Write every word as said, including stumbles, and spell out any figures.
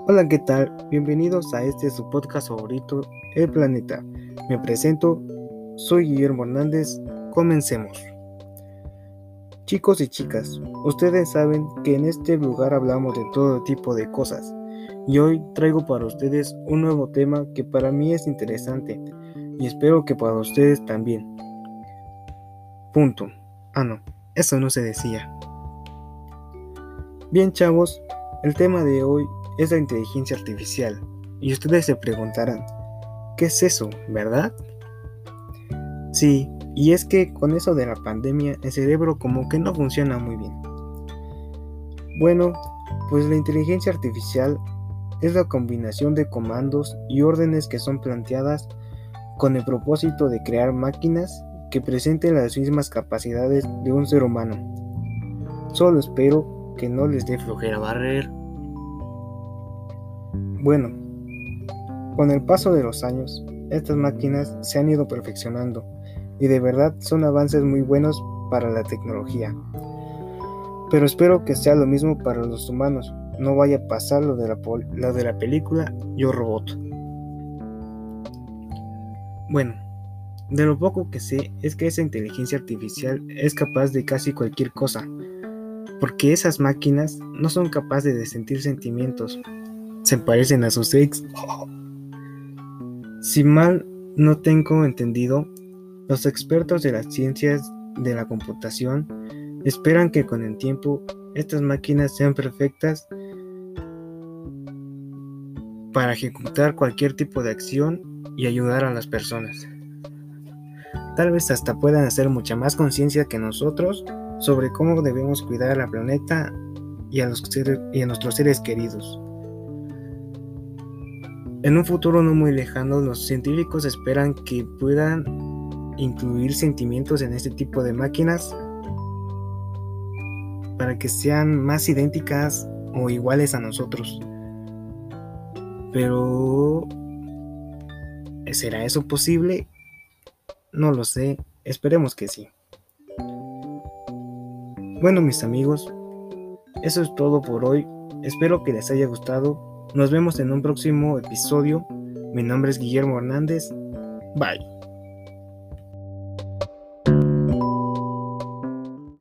Hola, ¿qué tal? Bienvenidos a este su podcast favorito, El Planeta. Me presento, soy Guillermo Hernández. Comencemos. Chicos y chicas, ustedes saben que en este lugar hablamos de todo tipo de cosas y hoy traigo para ustedes un nuevo tema que para mí es interesante y espero que para ustedes también. Punto. Ah, no, eso no se decía. Bien, chavos, el tema de hoy es la inteligencia artificial y ustedes se preguntarán, ¿qué es eso, verdad? Sí, y es que con eso de la pandemia el cerebro como que no funciona muy bien. Bueno, pues la inteligencia artificial es la combinación de comandos y órdenes que son planteadas con el propósito de crear máquinas que presenten las mismas capacidades de un ser humano. Solo espero que no les dé flojera barrer. Bueno, con el paso de los años, estas máquinas se han ido perfeccionando y de verdad son avances muy buenos para la tecnología. Pero espero que sea lo mismo para los humanos, no vaya a pasar lo de la, pol- lo de la película Yo Robot. Bueno, de lo poco que sé es que esa inteligencia artificial es capaz de casi cualquier cosa, porque esas máquinas no son capaces de sentir sentimientos, se parecen a sus ex. Si mal no tengo entendido, los expertos de las ciencias de la computación esperan que con el tiempo estas máquinas sean perfectas para ejecutar cualquier tipo de acción y ayudar a las personas. Tal vez hasta puedan hacer mucha más conciencia que nosotros sobre cómo debemos cuidar al planeta y a, los seres, y a nuestros seres queridos. En un futuro no muy lejano, los científicos esperan que puedan incluir sentimientos en este tipo de máquinas para que sean más idénticas o iguales a nosotros. Pero, ¿será eso posible? No lo sé, esperemos que sí. Bueno, mis amigos, eso es todo por hoy. Espero que les haya gustado. Nos vemos en un próximo episodio. Mi nombre es Guillermo Hernández. Bye.